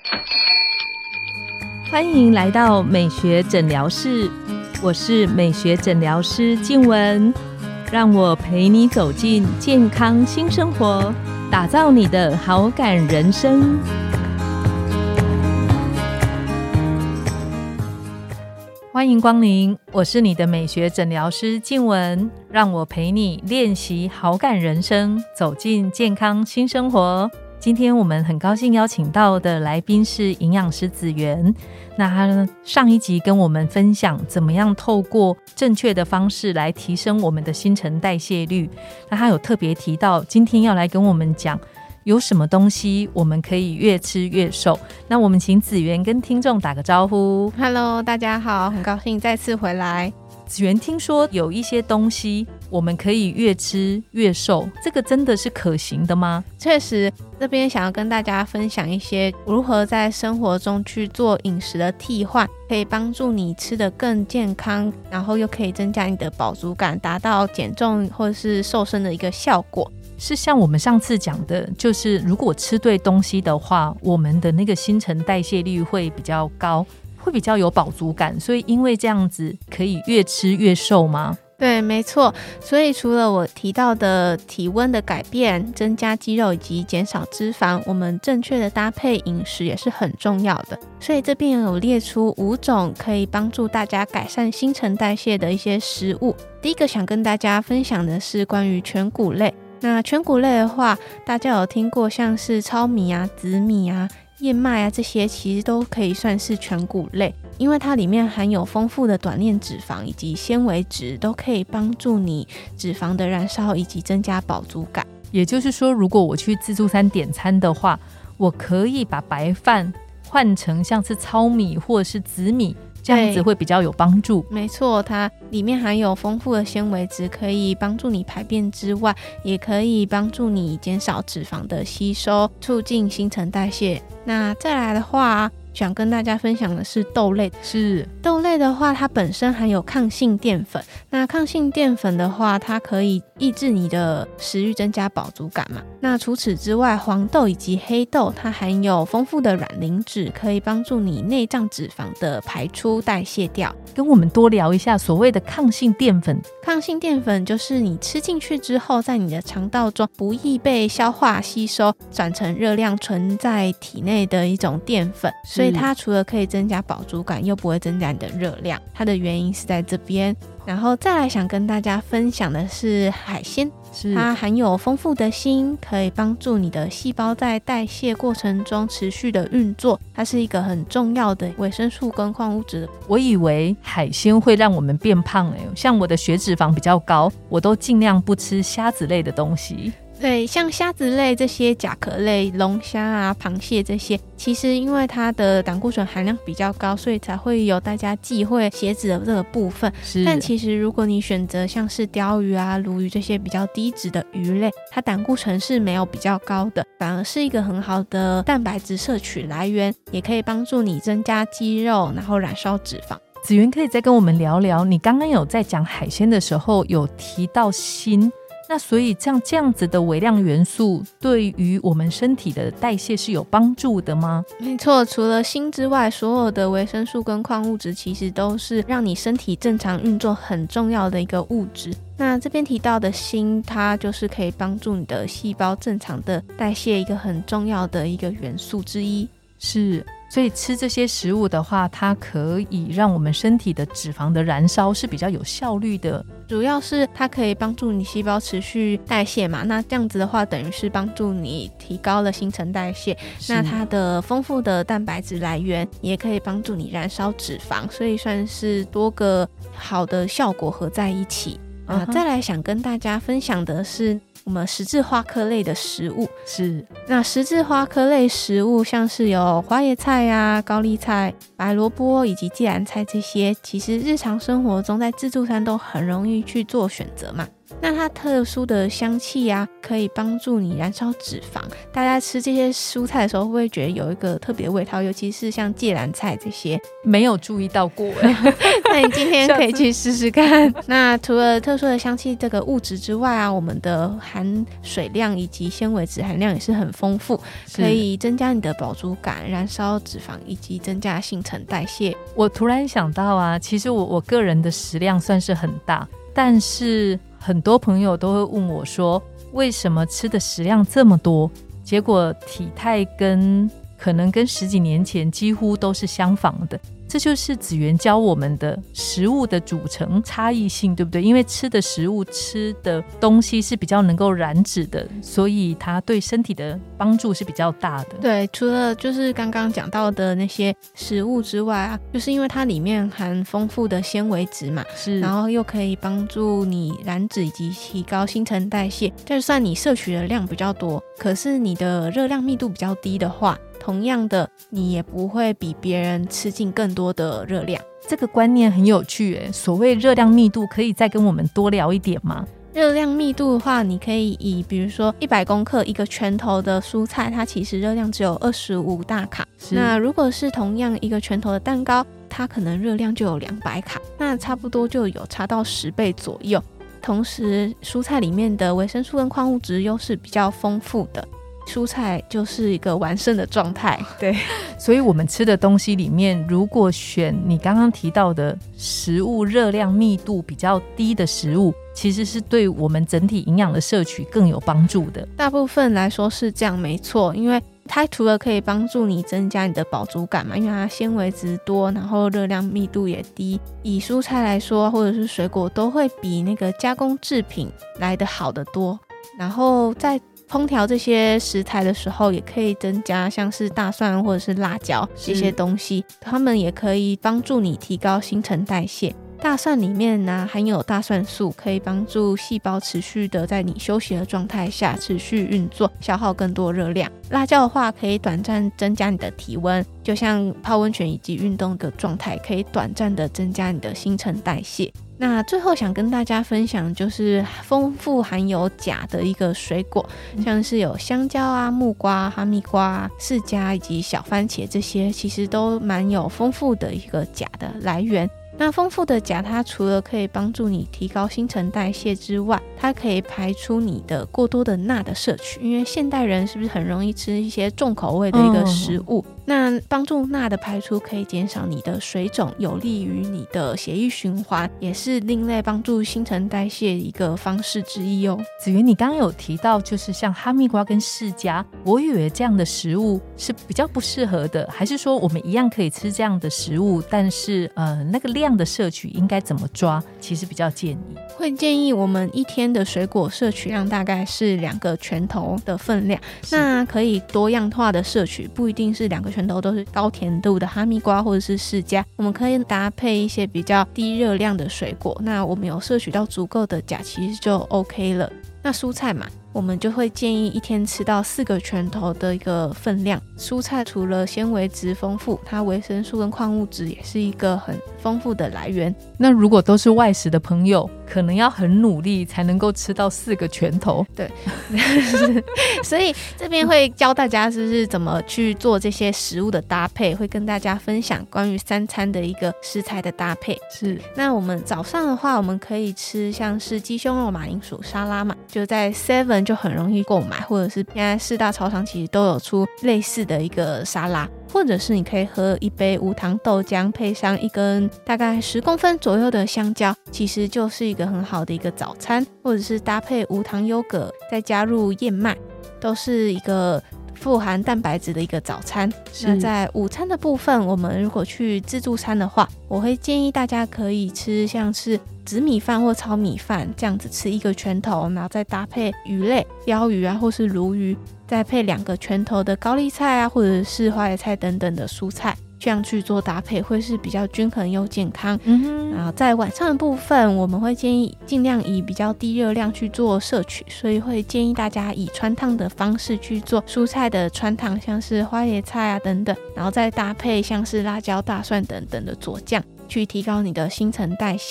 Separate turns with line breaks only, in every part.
欢迎来到美学诊疗室，我是美学诊疗师静雯，让我陪你走进健康新生活，打造你的好感人生。欢迎光临，我是你的美学诊疗师静雯，让我陪你练习好感人生，走进健康新生活。今天我们很高兴邀请到的来宾是营养师子媛，那他上一集跟我们分享怎么样透过正确的方式来提升我们的新陈代谢率，那他有特别提到今天要来跟我们讲有什么东西我们可以越吃越瘦。那我们请子媛跟听众打个招呼。
Hello， 大家好，很高兴再次回来。
子媛，听说有一些东西我们可以越吃越瘦，这个真的是可行的吗？
确实，这边想要跟大家分享一些如何在生活中去做饮食的替换，可以帮助你吃得更健康，然后又可以增加你的饱足感，达到减重或是瘦身的一个效果。
是像我们上次讲的，就是如果吃对东西的话，我们的那个新陈代谢率会比较高，会比较有饱足感，所以因为这样子可以越吃越瘦吗？
对，没错。所以除了我提到的体温的改变、增加肌肉以及减少脂肪，我们正确的搭配饮食也是很重要的。所以这边有列出5种可以帮助大家改善新陈代谢的一些食物。第一个想跟大家分享的是关于全谷类。那全谷类的话，大家有听过像是糙米啊、紫米啊、燕麦啊，这些其实都可以算是全谷类，因为它里面含有丰富的短链脂肪以及纤维质，都可以帮助你脂肪的燃烧以及增加饱足感。
也就是说，如果我去自助餐点餐的话，我可以把白饭换成像是糙米或者是紫米，这样子会比较有帮助。
没错，它里面含有丰富的纤维质，可以帮助你排便之外，也可以帮助你减少脂肪的吸收，促进新陈代谢。那再来的话，想跟大家分享的是豆类。豆类的话，它本身含有抗性淀粉。那抗性淀粉的话，它可以抑制你的食欲，增加饱足感嘛。那除此之外，黄豆以及黑豆它含有丰富的卵磷脂，可以帮助你内脏脂肪的排出代谢掉。
跟我们多聊一下所谓的抗性淀粉。
抗性淀粉就是你吃进去之后，在你的肠道中不易被消化吸收，转成热量存在体内的一种淀粉，所以它除了可以增加饱足感，又不会增加你的热量，它的原因是在这边。然后再来想跟大家分享的是海鲜，它含有丰富的锌，可以帮助你的细胞在代谢过程中持续的运作，它是一个很重要的维生素跟矿物质。
我以为海鲜会让我们变胖，像我的血脂肪比较高，我都尽量不吃虾子类的东西。
对，像虾子类这些甲壳类，龙虾啊、螃蟹这些，其实因为它的胆固醇含量比较高，所以才会有大家忌讳血脂的这个部分。但其实如果你选择像是鲷鱼啊、鲈鱼这些比较低脂的鱼类，它胆固醇是没有比较高的，反而是一个很好的蛋白质摄取来源，也可以帮助你增加肌肉，然后燃烧脂肪。
子媛可以再跟我们聊聊，你刚刚有在讲海鲜的时候有提到锌，那所以这样子的微量元素对于我们身体的代谢是有帮助的吗？
没错，除了锌之外，所有的维生素跟矿物质其实都是让你身体正常运作很重要的一个物质。那这边提到的锌，它就是可以帮助你的细胞正常的代谢一个很重要的一个元素之一。
是，所以吃这些食物的话，它可以让我们身体的脂肪的燃烧是比较有效率的。
主要是它可以帮助你细胞持续代谢嘛，那这样子的话等于是帮助你提高了新陈代谢。那它的丰富的蛋白质来源也可以帮助你燃烧脂肪，所以算是多个好的效果合在一起。再来想跟大家分享的是我们十字花科类的食物。那十字花科类食物像是有花椰菜啊、高丽菜、白萝卜以及芥蓝菜，这些其实日常生活中在自助餐都很容易去做选择嘛。 那它特殊的香气啊，可以帮助你燃烧脂肪。大家吃这些蔬菜的时候会不会觉得有一个特别的味道，尤其是像芥蓝菜这些？
没有注意到过
那你今天可以去试试看。那除了特殊的香气这个物质之外啊，我们的含水量以及纤维质含量也是很丰富，可以增加你的饱足感，燃烧脂肪以及增加新陈代谢。
我突然想到啊，其实我个人的食量算是很大，但是很多朋友都会问我说，为什么吃的食量这么多，结果体态可能跟10几年前几乎都是相仿的。这就是子源教我们的食物的组成差异性，对不对？因为吃的食物吃的东西是比较能够燃脂的，所以它对身体的帮助是比较大的。
对，除了就是刚刚讲到的那些食物之外啊，就是因为它里面含丰富的纤维质嘛，
是，
然后又可以帮助你燃脂以及提高新陈代谢。就算你摄取的量比较多，可是你的热量密度比较低的话，同样的你也不会比别人吃进更多的热量。
这个观念很有趣耶，所谓热量密度可以再跟我们多聊一点吗？
热量密度的话，你可以以比如说100公克一个拳头的蔬菜，它其实热量只有25大卡。那如果是同样一个拳头的蛋糕，它可能热量就有200卡，那差不多就有差到10倍左右。同时蔬菜里面的维生素跟矿物质又是比较丰富的，蔬菜就是一个完胜的状态。对，
所以我们吃的东西里面，如果选你刚刚提到的食物热量密度比较低的食物，其实是对我们整体营养的摄取更有帮助的。
大部分来说是这样，没错，因为它除了可以帮助你增加你的饱足感嘛，因为它纤维质多，然后热量密度也低。以蔬菜来说，或者是水果，都会比那个加工制品来得好得多。然后在烹调这些食材的时候，也可以增加像是大蒜或者是辣椒这些东西，它们也可以帮助你提高新陈代谢。大蒜里面呢含有大蒜素，可以帮助细胞持续的在你休息的状态下持续运作，消耗更多热量。辣椒的话可以短暂增加你的体温，就像泡温泉以及运动的状态，可以短暂的增加你的新陈代谢。那最后想跟大家分享就是丰富含有钾的一个水果，像是有香蕉啊、木瓜、哈密瓜、释迦以及小番茄，这些其实都蛮有丰富的一个钾的来源。那丰富的钾，它除了可以帮助你提高新陈代谢之外，它可以排出你的过多的钠的摄取，因为现代人是不是很容易吃一些重口味的一个食物，那帮助钠的排出可以减少你的水肿，有利于你的血液循环，也是另类帮助新陈代谢一个方式之一哦。
子瑜，你刚刚有提到就是像哈密瓜跟释迦，我以为这样的食物是比较不适合的，还是说我们一样可以吃这样的食物，但是那个量的摄取应该怎么抓，其实比较建议
会建议我们一天的水果摄取量大概是2个拳头的分量，那可以多样化的摄取，不一定是2个拳头都是高甜度的哈密瓜或者是释迦，我们可以搭配一些比较低热量的水果，那我们有摄取到足够的钾其实就 OK 了。那蔬菜嘛，我们就会建议一天吃到4个拳头的一个分量。蔬菜除了纤维质丰富，它维生素跟矿物质也是一个很丰富的来源。
那如果都是外食的朋友，可能要很努力才能够吃到4个拳头。
对所以这边会教大家是怎么去做这些食物的搭配，会跟大家分享关于3餐的一个食材的搭配。
是，
那我们早上的话，我们可以吃像是鸡胸肉马铃薯沙拉嘛，就在 Seven 就很容易购买，或者是现在4大超商其实都有出类似的一个沙拉，或者是你可以喝一杯无糖豆浆，配上一根大概10公分左右的香蕉，其实就是一个很好的一个早餐，或者是搭配无糖优格再加入燕麦，都是一个富含蛋白质的一个早餐。那在午餐的部分，我们如果去自助餐的话，我会建议大家可以吃像是紫米饭或糙米饭，这样子吃1个拳头，然后再搭配鱼类，鲷鱼啊或是鲈鱼，再配2个拳头的高丽菜啊或者是花椰菜等等的蔬菜，这样去做搭配会是比较均衡又健康。然后在晚上的部分，我们会建议尽量以比较低热量去做摄取，所以会建议大家以川烫的方式去做蔬菜的川烫，像是花椰菜啊等等，然后再搭配像是辣椒、大蒜等等的佐酱，去提高你的新陈代谢。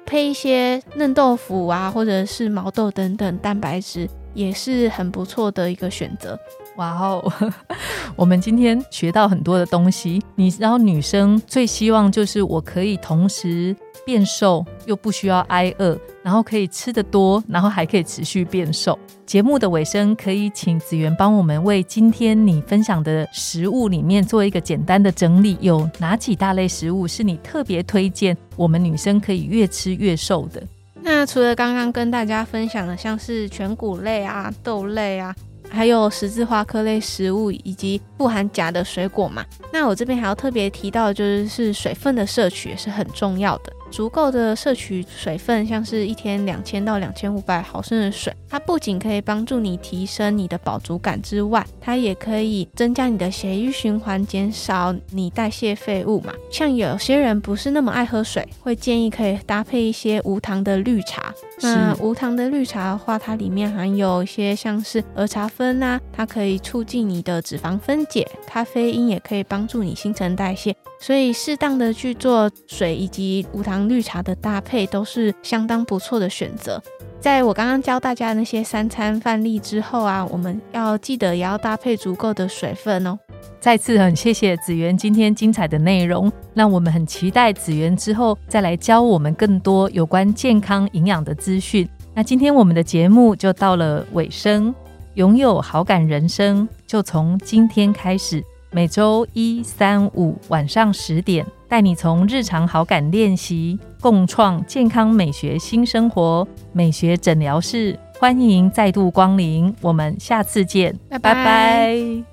配一些嫩豆腐啊，或者是毛豆等等蛋白质，也是很不错的一个选择。
哇哦，我们今天学到很多的东西。然后女生最希望就是我可以同时变瘦又不需要挨饿，然后可以吃得多，然后还可以持续变瘦。节目的尾声，可以请子媛帮我们为今天你分享的食物里面做一个简单的整理，有哪几大类食物是你特别推荐我们女生可以越吃越瘦的？
那除了刚刚跟大家分享的像是全谷类啊、豆类啊，还有十字花科类食物以及富含钾的水果嘛，那我这边还要特别提到的就是水分的摄取也是很重要的。足够的摄取水分，像是一天2000到2500毫升的水，它不仅可以帮助你提升你的饱足感之外，它也可以增加你的血液循环，减少你代谢废物嘛。像有些人不是那么爱喝水，会建议可以搭配一些无糖的绿茶。那无糖的绿茶的话，它里面含有一些像是儿茶酚啊，它可以促进你的脂肪分解，咖啡因也可以帮助你新陈代谢，所以适当的去做水以及无糖绿茶的搭配都是相当不错的选择。在我刚刚教大家的那些3餐范例之后啊，我们要记得也要搭配足够的水分哦。
再次很谢谢子媛今天精彩的内容，那我们很期待子媛之后再来教我们更多有关健康营养的资讯。那今天我们的节目就到了尾声，拥有好感人生就从今天开始，每周1、3、5晚上10点，带你从日常好感练习共创健康美学新生活。美学诊疗室欢迎再度光临，我们下次见，
拜拜。
拜拜。